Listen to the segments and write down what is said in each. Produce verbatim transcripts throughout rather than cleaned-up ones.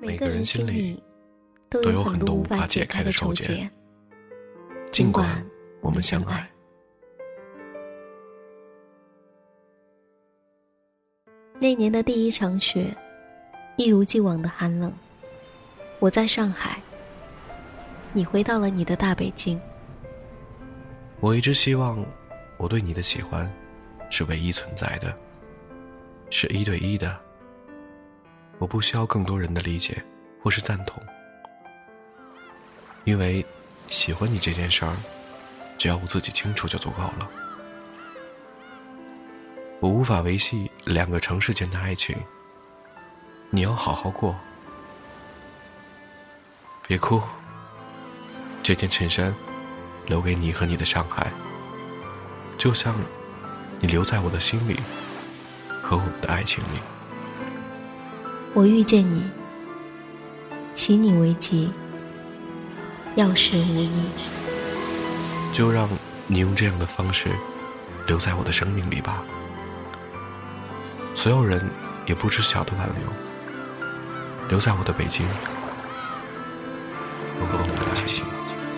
每个人心里都有很多无法解开的愁结，尽管我们相爱。 那年的第一场雪，一如既往的寒冷。我在上海，你回到了你的大北京。 我一直希望我对你的喜欢是唯一存在的，是一对一的，我不需要更多人的理解或是赞同，因为喜欢你这件事儿，只要我自己清楚就足够了。我无法维系两个城市间的爱情，你要好好过。别哭，这件衬衫留给你和你的上海，就像你留在我的心里和我们的爱情里。 我遇见你，喜你为吉，要事无益， 就让你用这样的方式留在我的生命里吧。所有人也不知晓的挽留，留在我的北京，我和我的爱情。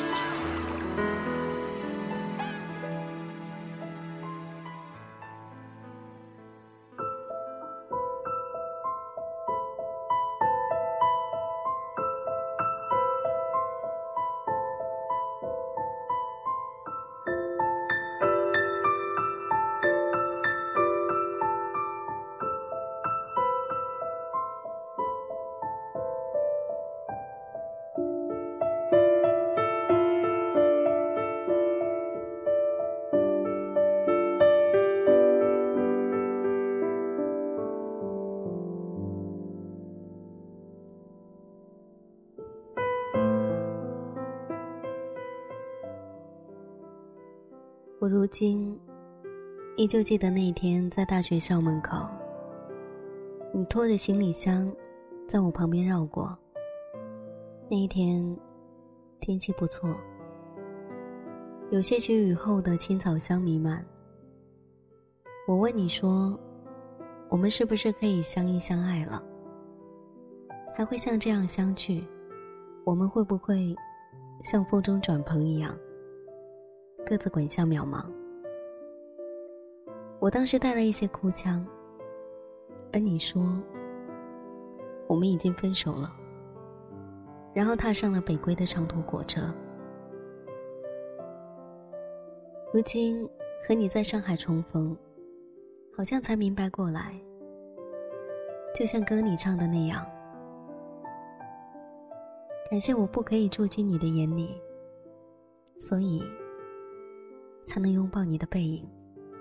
我如今依旧记得那天在大学校门口，你拖着行李箱在我旁边绕过。那一天天气不错，有些许雨后的青草香弥漫。我问你说，我们是不是可以相依相爱了？还会像这样相聚？我们会不会像风中转蓬一样各自滚向渺茫？我当时带了一些哭腔，而你说我们已经分手了，然后踏上了北归的长途火车。如今和你在上海重逢，好像才明白过来，就像歌里唱的那样，感谢我不可以住进你的眼里，所以才能拥抱你的背影。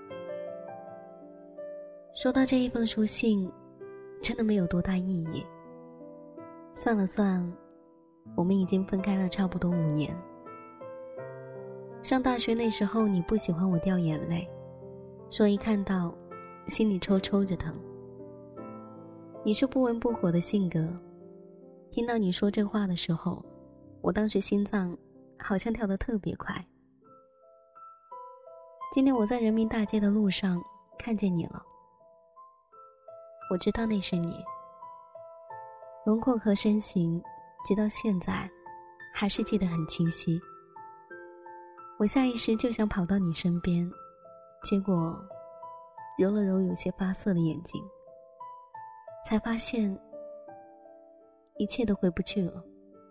说到这一封书信，真的没有多大意义。算了算，我们已经分开了差不多五年。上大学那时候，你不喜欢我掉眼泪，说一看到心里抽抽着疼。你是不温不火的性格，听到你说这话的时候，我当时心脏好像跳得特别快。今天我在人民大街的路上看见你了，我知道那是你，轮廓和身形直到现在还是记得很清晰。我下意识就想跑到你身边，结果揉了揉有些发涩的眼睛，才发现一切都回不去了。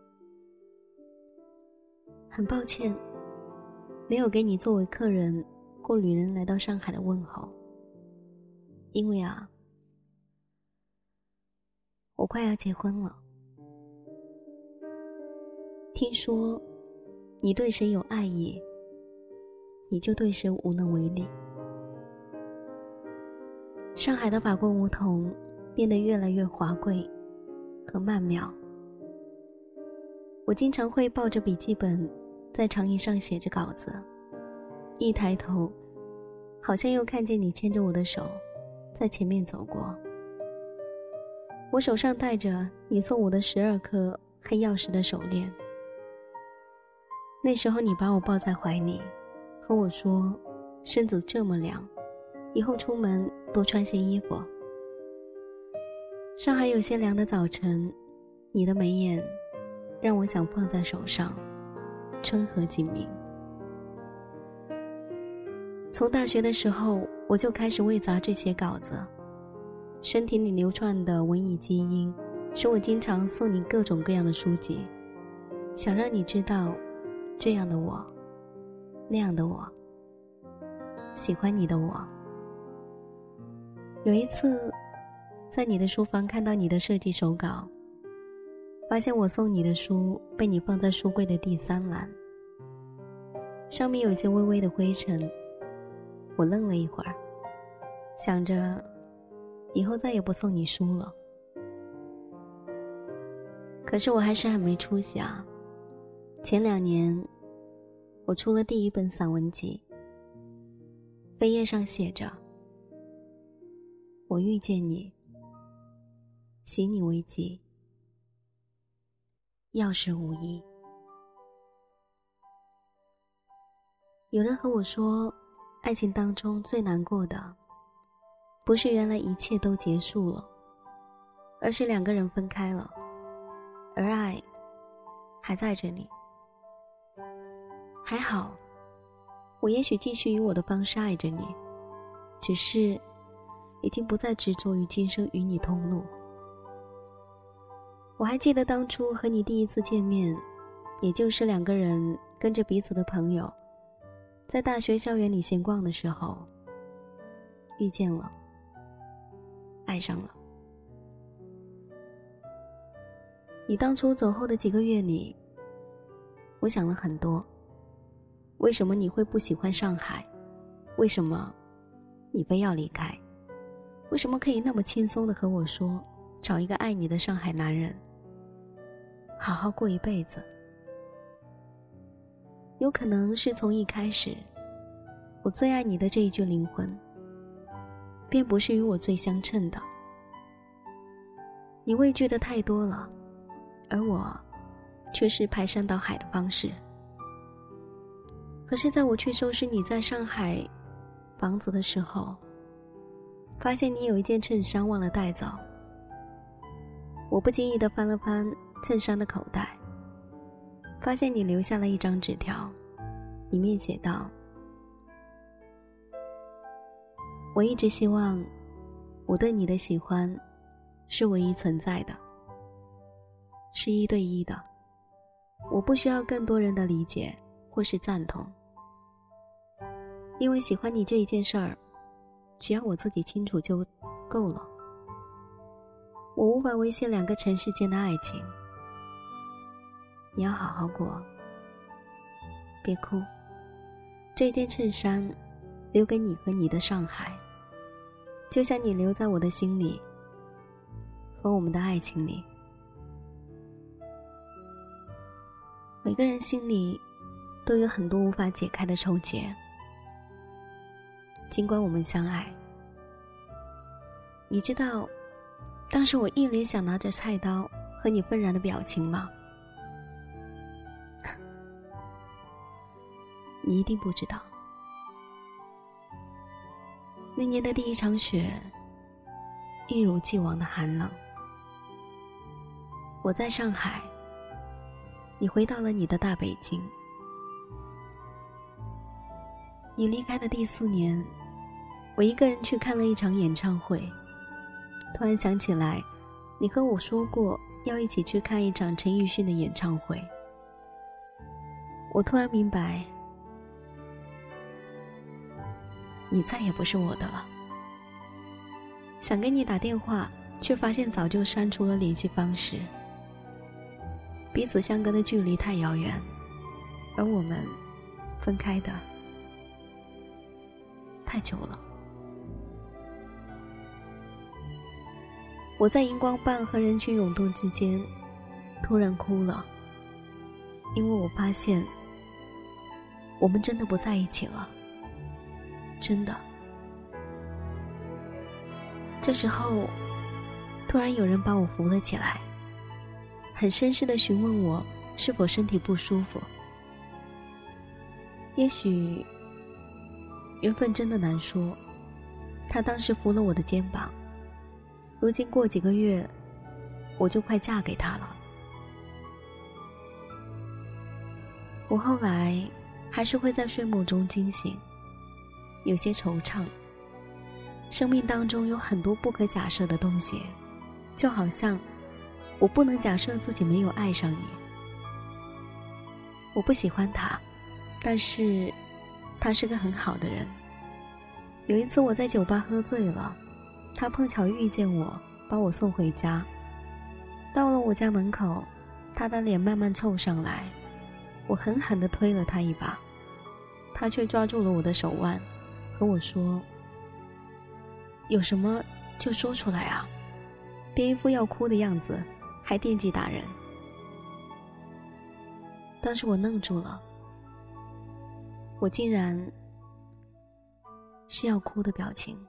很抱歉没有给你作为客人或旅人来到上海的问候，因为啊，我快要结婚了。听说你对谁有爱意，你就对谁无能为力。上海的法国梧桐变得越来越华贵和曼妙。我经常会抱着笔记本在长椅上写着稿子，一抬头好像又看见你牵着我的手在前面走过。我手上戴着你送我的十二颗黑曜石的手链。那时候你把我抱在怀里，和我说身子这么凉，以后出门多穿些衣服。上海有些凉的早晨， 你的眉眼让我想放在手上，春和景明。从大学的时候，我就开始为杂志写稿子，身体里流窜的文艺基因使我经常送你各种各样的书籍，想让你知道这样的我，那样的我，喜欢你的我。有一次在你的书房看到你的设计手稿，发现我送你的书被你放在书柜的第三栏，上面有些微微的灰尘。我愣了一会儿，想着以后再也不送你书了。可是我还是很没出息啊。前两年我出了第一本散文集，扉页上写着：我遇见你，喜你为吉，钥匙无一。有人和我说，爱情当中最难过的不是原来一切都结束了，而是两个人分开了，而爱还在这里。还好，我也许继续以我的方式爱着你，只是已经不再执着于今生与你同路。我还记得当初和你第一次见面，也就是两个人跟着彼此的朋友在大学校园里闲逛的时候，遇见了，爱上了。你当初走后的几个月里，我想了很多，为什么你会不喜欢上海？为什么你非要离开？为什么可以那么轻松地和我说，找一个爱你的上海男人，好好过一辈子？有可能是从一开始，我最爱你的这一句灵魂，便不是与我最相称的。你畏惧的太多了，而我却是排山倒海的方式。可是在我去收拾你在上海房子的时候，发现你有一件衬衫忘了带走。我不经意地翻了翻衬衫的口袋，发现你留下了一张纸条，里面写道：我一直希望我对你的喜欢是唯一存在的，是一对一的，我不需要更多人的理解或是赞同，因为喜欢你这一件事儿，只要我自己清楚就够了。我无法维系两个城市间的爱情，你要好好过，别哭。这件衬衫留给你和你的上海，就像你留在我的心里和我们的爱情里。每个人心里都有很多无法解开的愁结，尽管我们相爱。你知道当时我一脸想拿着菜刀和你愤然的表情吗？你一定不知道，那年的第一场雪一如既往的寒冷。我在上海，你回到了你的大北京。你离开的第四年，我一个人去看了一场演唱会，突然想起来你和我说过要一起去看一场陈奕迅的演唱会。我突然明白，你再也不是我的了。想给你打电话，却发现早就删除了联系方式。彼此相隔的距离太遥远，而我们分开的太久了。我在荧光棒和人群涌动之间突然哭了，因为我发现我们真的不在一起了，真的。这时候突然有人把我扶了起来，很绅士地询问我是否身体不舒服。也许缘分真的难说，他当时扶了我的肩膀，如今过几个月我就快嫁给他了。 我后来还是会在睡梦中惊醒，有些惆怅。生命当中有很多不可假设的东西，就好像我不能假设自己没有爱上你。我不喜欢他，但是他是个很好的人。有一次我在酒吧喝醉了，他碰巧遇见我，把我送回家。到了我家门口，他的脸慢慢凑上来，我狠狠地推了他一把，他却抓住了我的手腕，和我说：有什么就说出来啊，别一副要哭的样子，还惦记打人。当时我愣住了，我竟然是要哭的表情。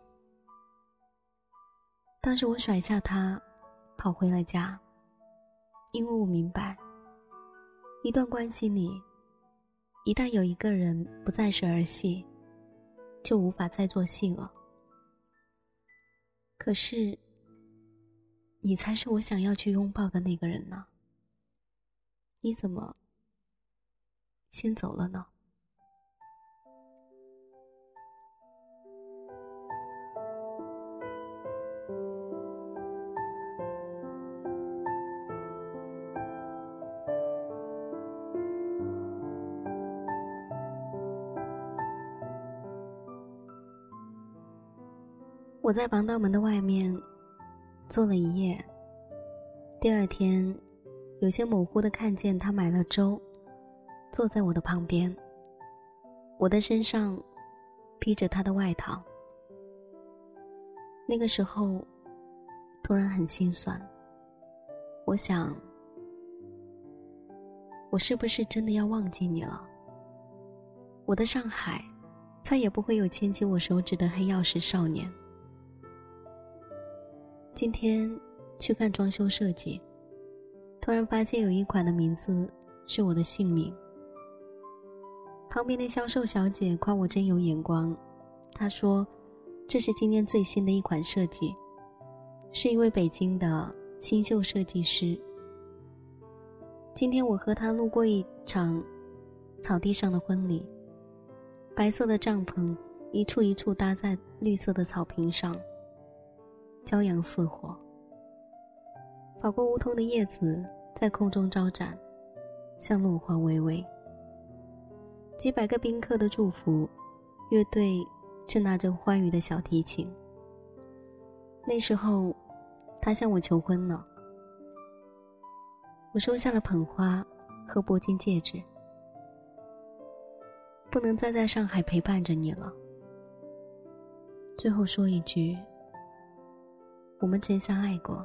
当时我甩下他，跑回了家，因为我明白，一段关系里，一旦有一个人不再是儿戏，就无法再做戏了。可是，你才是我想要去拥抱的那个人呢。你怎么先走了呢？我在防盗门的外面坐了一夜，第二天有些模糊地看见他买了粥，坐在我的旁边，我的身上披着他的外套。那个时候突然很心酸，我想，我是不是真的要忘记你了？我的上海再也不会有牵起我手指的黑曜石少年。今天去看装修设计，突然发现有一款的名字是我的姓名。旁边的销售小姐夸我真有眼光，她说这是今天最新的一款设计，是一位北京的新秀设计师。今天我和她路过一场草地上的婚礼，白色的帐篷一处一处搭在绿色的草坪上，骄阳似火，跑过梧桐的叶子在空中招展，像落花微微。几百个宾客的祝福，乐队正拿着欢愉的小提琴。那时候他向我求婚了，我收下了捧花和铂金戒指。不能再在上海陪伴着你了，最后说一句，我们真相爱过。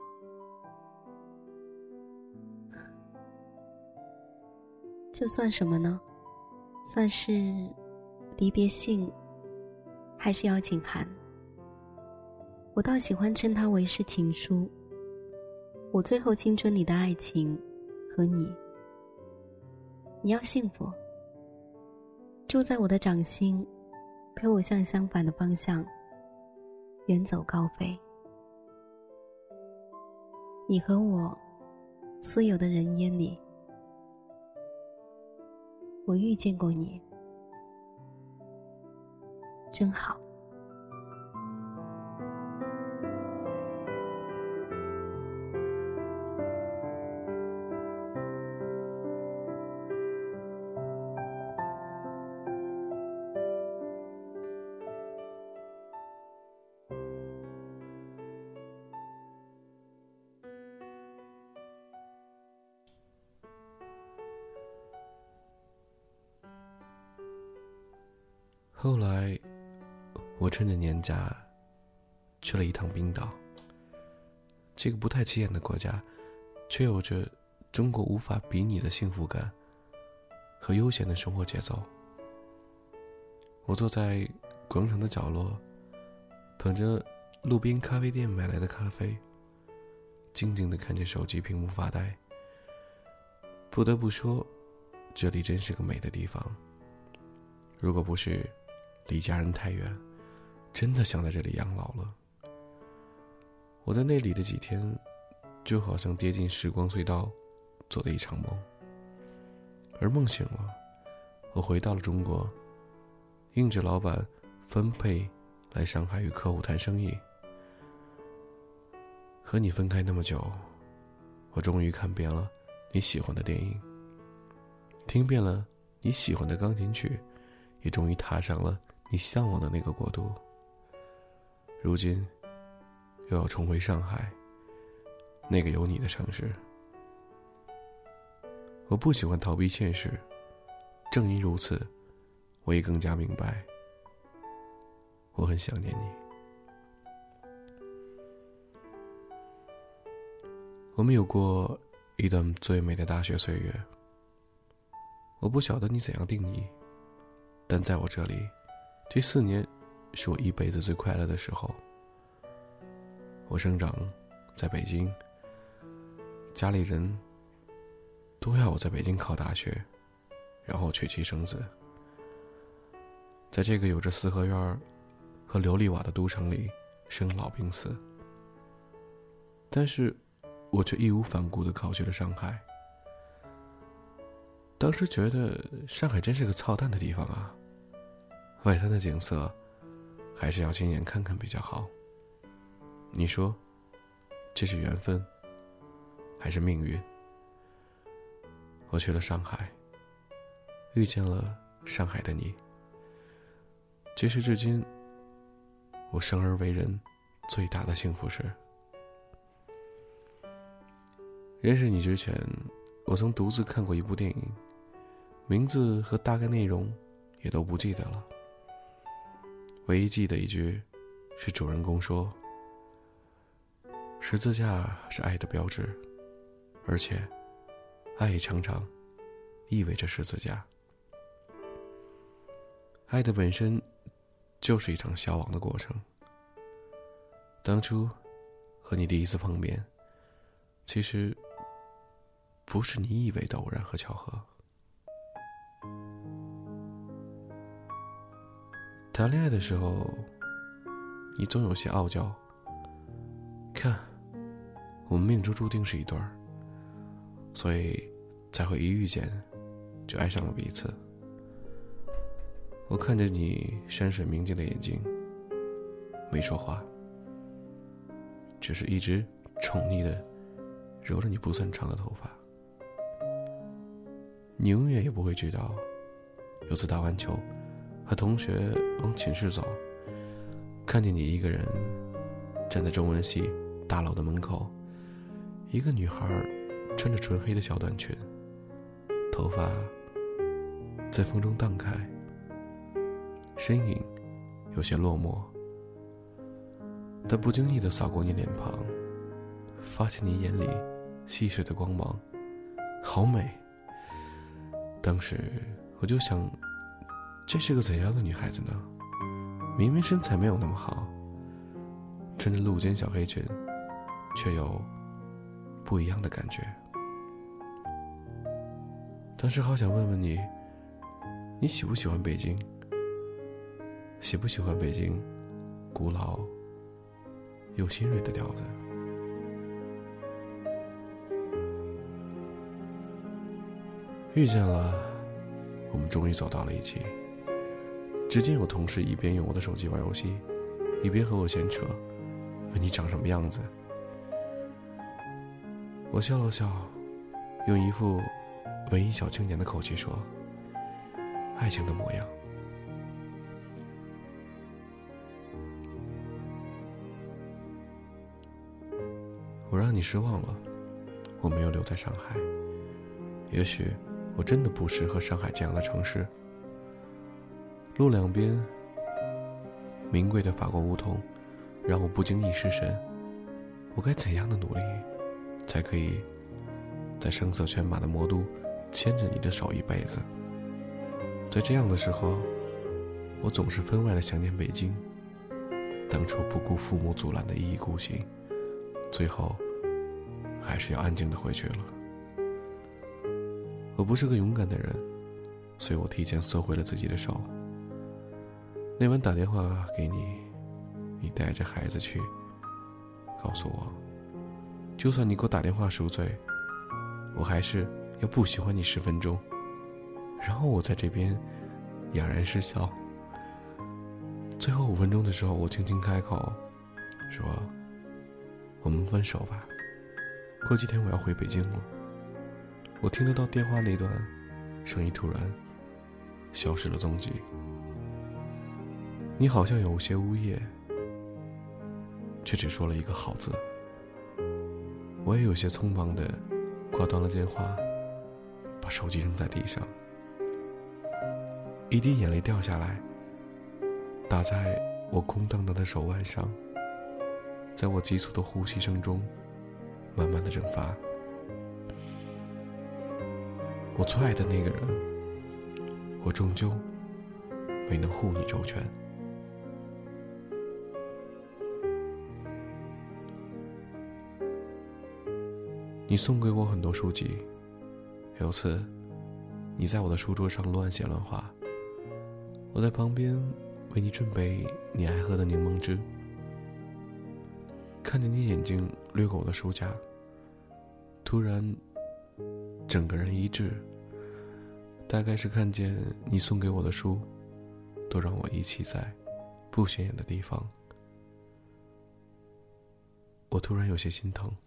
这算什么呢？算是离别信，还是邀请函？我倒喜欢称它为是情书。我最后青春里的爱情和你，你要幸福，住在我的掌心，陪我向相反的方向远走高飞。你和我私有的人烟里，我遇见过你，真好。 后来我趁着年假去了一趟冰岛，这个不太起眼的国家，却有着中国无法比拟的幸福感和悠闲的生活节奏。我坐在广场的角落，捧着路边咖啡店买来的咖啡，静静地看着手机屏幕发呆。不得不说，这里真是个美的地方。如果不是离家人太远，真的想在这里养老了。我在那里的几天，就好像跌进时光隧道，做的一场梦。 而梦醒了，我回到了中国，应着老板分配来上海与客户谈生意。和你分开那么久，我终于看遍了你喜欢的电影，听遍了你喜欢的钢琴曲，也终于踏上了你向往的那个国度。如今又要重回上海，那个有你的城市。我不喜欢逃避现实，正因如此，我也更加明白，我很想念你。我们有过一段最美的大学岁月，我不晓得你怎样定义，但在我这里，这四年是我一辈子最快乐的时候。我生长在北京，家里人都要我在北京考大学，然后娶妻生子。在这个有着四合院和琉璃瓦的都城里生老病死，但是我却义无反顾地考去了上海。当时觉得上海真是个操蛋的地方啊，外滩的景色还是要亲眼看看比较好。你说这是缘分还是命运？我去了上海，遇见了上海的你，这是至今我生而为人最大的幸福事。认识你之前，我曾独自看过一部电影，名字和大概内容也都不记得了，唯一记得一句是主人公说，十字架是爱的标志，而且爱常常意味着十字架。爱的本身就是一场消亡的过程。当初和你第一次碰面，其实不是你以为的偶然和巧合。谈恋爱的时候，你总有些傲娇，看我们命中注定是一对儿，所以才会一遇见就爱上了彼此。我看着你山水明净的眼睛，没说话，只是一直宠溺地揉着你不算长的头发。你永远也不会知道，有次打完球和同学往寝室走，看见你一个人站在中文系大楼的门口，一个女孩穿着纯黑的小短裙，头发在风中荡开，身影有些落寞。她不经意地扫过你脸庞，发现你眼里细碎的光芒，好美。当时我就想，这是个怎样的女孩子呢？明明身材没有那么好，穿着露肩小黑裙，却有不一样的感觉。当时好想问问你，你喜不喜欢北京？喜不喜欢北京古老又新锐的调子？遇见了，我们终于走到了一起。只见有同事一边用我的手机玩游戏，一边和我闲扯，问你长什么样子。我笑了笑，用一副文艺小青年的口气说，爱情的模样。我让你失望了，我没有留在上海，也许我真的不适合上海这样的城市。路两边名贵的法国梧桐让我不经意失神，我该怎样的努力才可以在声色犬马的魔都牵着你的手一辈子？在这样的时候，我总是分外的想念北京，当初不顾父母阻拦的一意孤行，最后还是要安静的回去了。我不是个勇敢的人，所以我提前收回了自己的手。那晚打电话给你，你带着孩子去，告诉我，就算你给我打电话赎罪，我还是要不喜欢你十分钟， 然后我在这边哑然失笑。最后五分钟的时候，我轻轻开口说，我们分手吧，过几天我要回北京了。我听得到电话那段声音突然消失了踪迹。你好像有些无言，却只说了一个好字。我也有些匆忙地挂断了电话，把手机扔在地上，一滴眼泪掉下来，打在我空荡荡的手腕上，在我急促的呼吸声中慢慢的蒸发。我最爱的那个人，我终究没能护你周全。你送给我很多书籍，有次你在我的书桌上乱写乱画，我在旁边为你准备你爱喝的柠檬汁，看见你眼睛掠过我的书架，突然整个人一滞，大概是看见你送给我的书都让我遗弃在不显眼的地方，我突然有些心疼。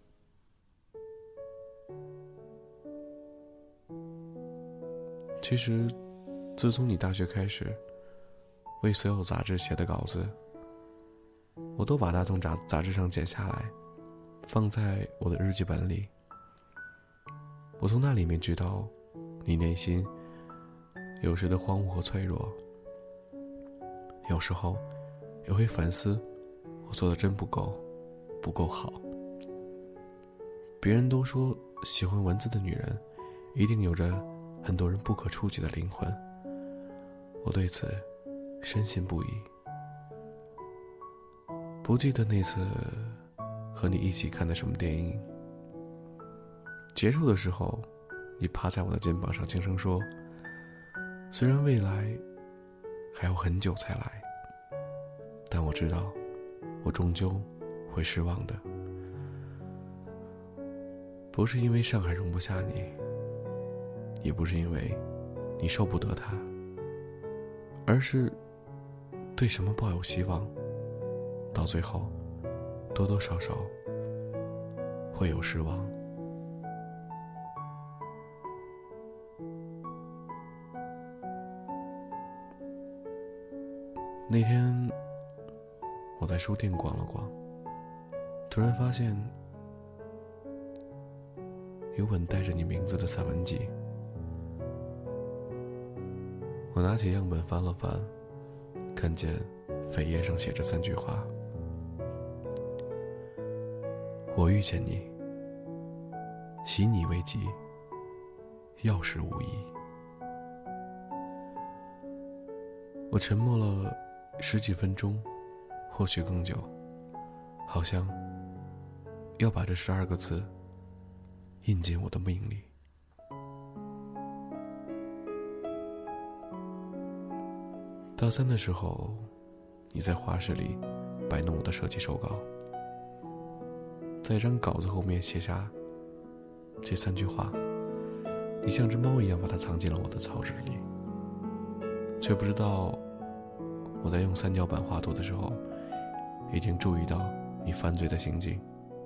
其实自从你大学开始为所有杂志写的稿子，我都把它从杂杂志上剪下来放在我的日记本里。我从那里面知道你内心有时的荒芜和脆弱，有时候也会反思我做的真不够不够好。别人都说喜欢文字的女人一定有着很多人不可触及的灵魂，我对此深信不疑。不记得那次和你一起看的什么电影，结束的时候你趴在我的肩膀上轻声说，虽然未来还要很久才来，但我知道我终究会失望的。不是因为上海容不下你，也不是因为你受不得他，而是对什么抱有希望，到最后多多少少会有失望。那天我在书店逛了逛，突然发现有本带着你名字的散文集。我拿起样本翻了翻，看见扉页上写着三句话：我遇见你，喜你为吉，药石无疑。我沉默了十几分钟，或许更久，好像要把这十二个字印进我的命里。大三的时候，你在画室里摆弄我的设计手稿，在一张稿子后面写下这三句话，你像只猫一样把它藏进了我的草纸里，却不知道我在用三角板画图的时候已经注意到你犯罪的行径。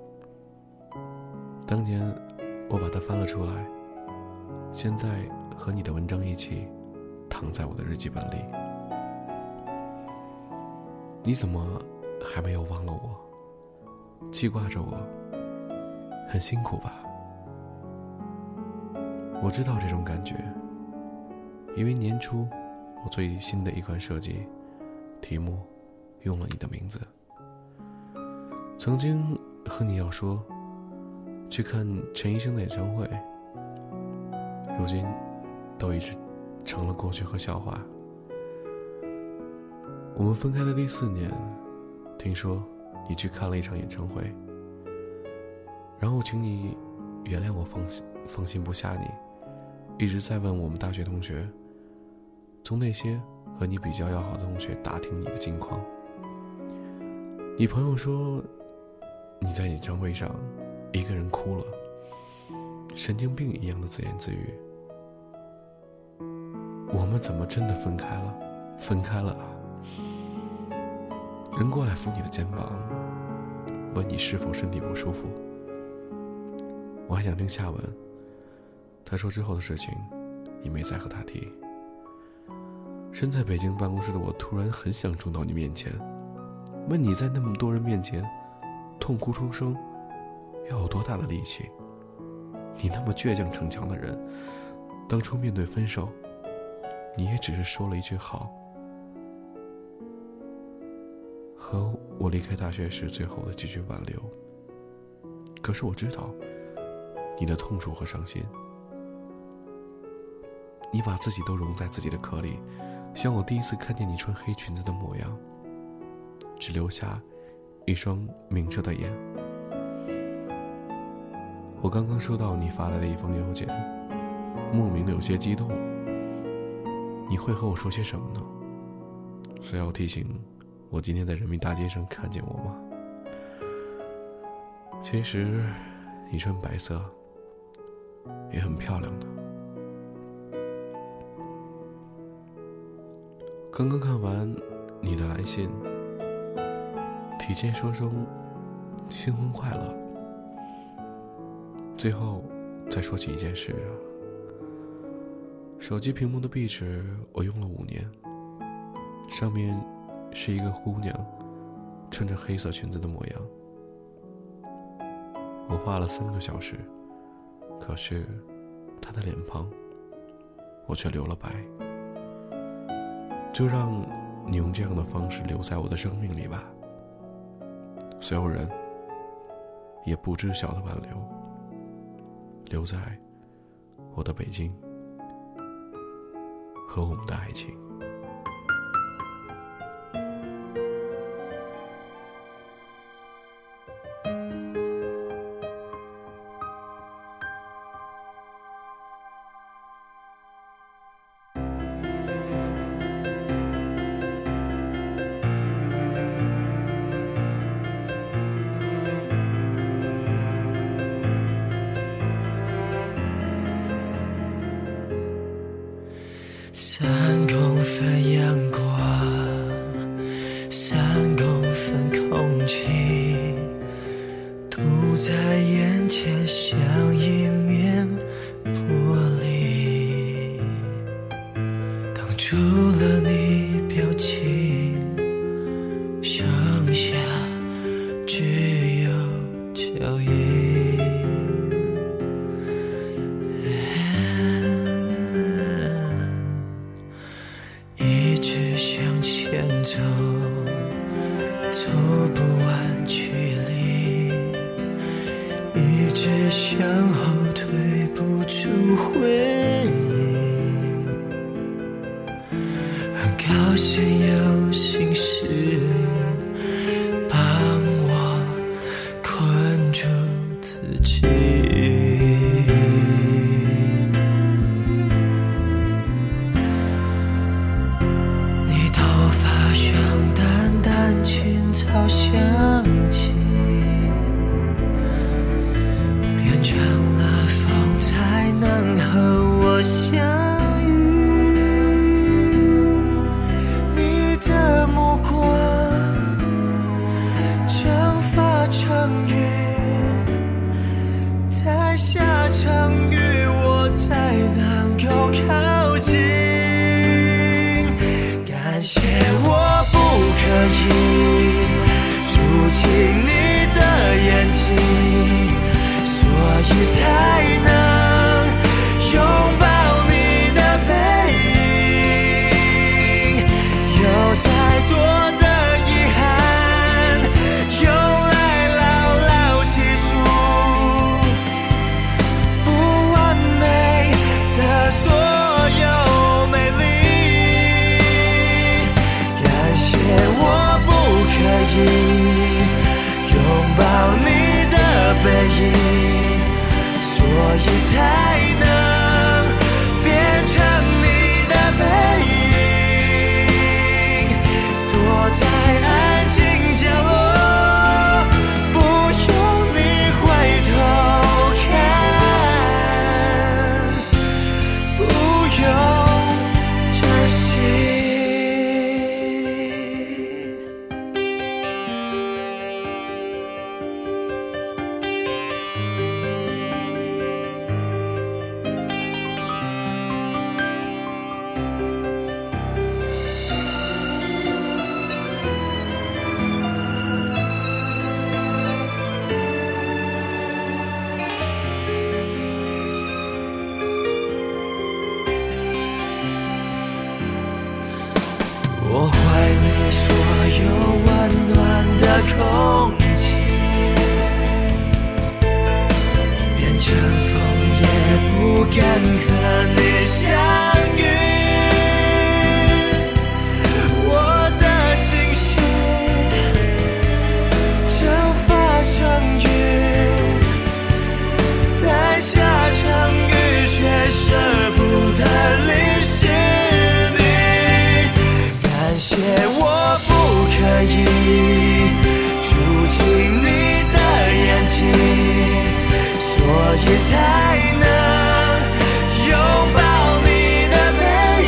当年我把它翻了出来，现在和你的文章一起躺在我的日记本里。你怎么还没有忘了我，记挂着我，很辛苦吧？我知道这种感觉，因为年初我最新的一款设计题目用了你的名字。曾经和你要说去看陈医生的演唱会，如今都已经成了过去和笑话。我们分开的第四年，听说你去看了一场演唱会，然后请你原谅我放心放心不下你，一直在问我们大学同学，从那些和你比较要好的同学打听你的近况。你朋友说你在演唱会上一个人哭了，神经病一样的自言自语。 我们怎么真的分开了？分开了啊！人过来扶你的肩膀，问你是否身体不舒服。我还想听下文，他说之后的事情你没再和他提。身在北京办公室的我突然很想冲到你面前，问你在那么多人面前痛哭出声要有多大的力气？你那么倔强逞强的人，当初面对分手，你也只是说了一句好，和我离开大学时最后的几句挽留。可是我知道你的痛楚和伤心，你把自己都融在自己的壳里，像我第一次看见你穿黑裙子的模样，只留下一双明澈的眼。我刚刚收到你发来的一封邮件，莫名的有些激动。你会和我说些什么呢？是要提醒我今天在人民大街上看见我吗？其实你穿白色也很漂亮的。刚刚看完你的来信，提前说声新婚快乐。最后再说起一件事啊，手机屏幕的壁纸我用了五年，上面是一个姑娘穿着黑色裙子的模样，我画了三个小时，可是她的脸庞我却留了白。就让你用这样的方式留在我的生命里吧，所有人也不知晓的挽留，留在我的北京和我们的爱情。 三公分阳光，三公分空气，堵在眼前像一面玻璃，挡住了你表情，剩下只有脚印。走，走不完距离，一直向后退不出回忆。很高兴有心事帮我困住自己。青草香气变成了风，才能和我相遇。你的目光蒸发成雨，在下场雨我才能够靠近。感谢我不可以住进你的眼睛，所以才能拥抱你的背影。有再多的遗憾用来牢牢记住不完美的所有美丽。感谢我不所有温暖的空气，变成风也不敢和你相遇。我的心血将化成雨，在下场雨却舍不得淋湿你。感谢我不可以住进你的眼睛，所以才能拥抱你的背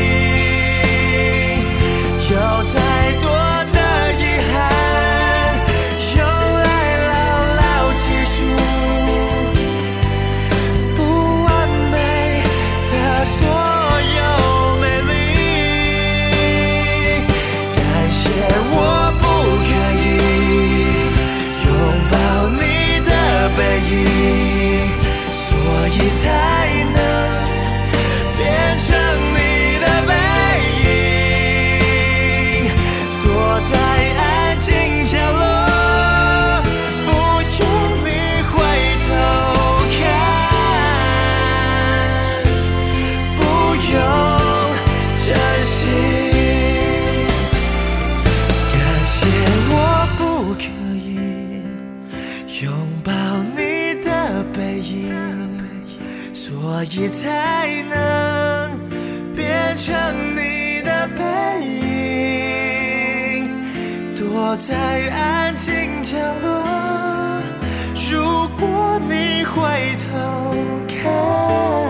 影。有再多的遗憾，用来牢牢记住不完美的所有美丽。感谢我不可以拥抱你的背影，所以才能变成你的背影，躲在安静角落，不用你回头看，不用珍惜。感谢我不可以拥抱你的背影，所以才能变成你的背影，躲在安静角落，如果你回头看。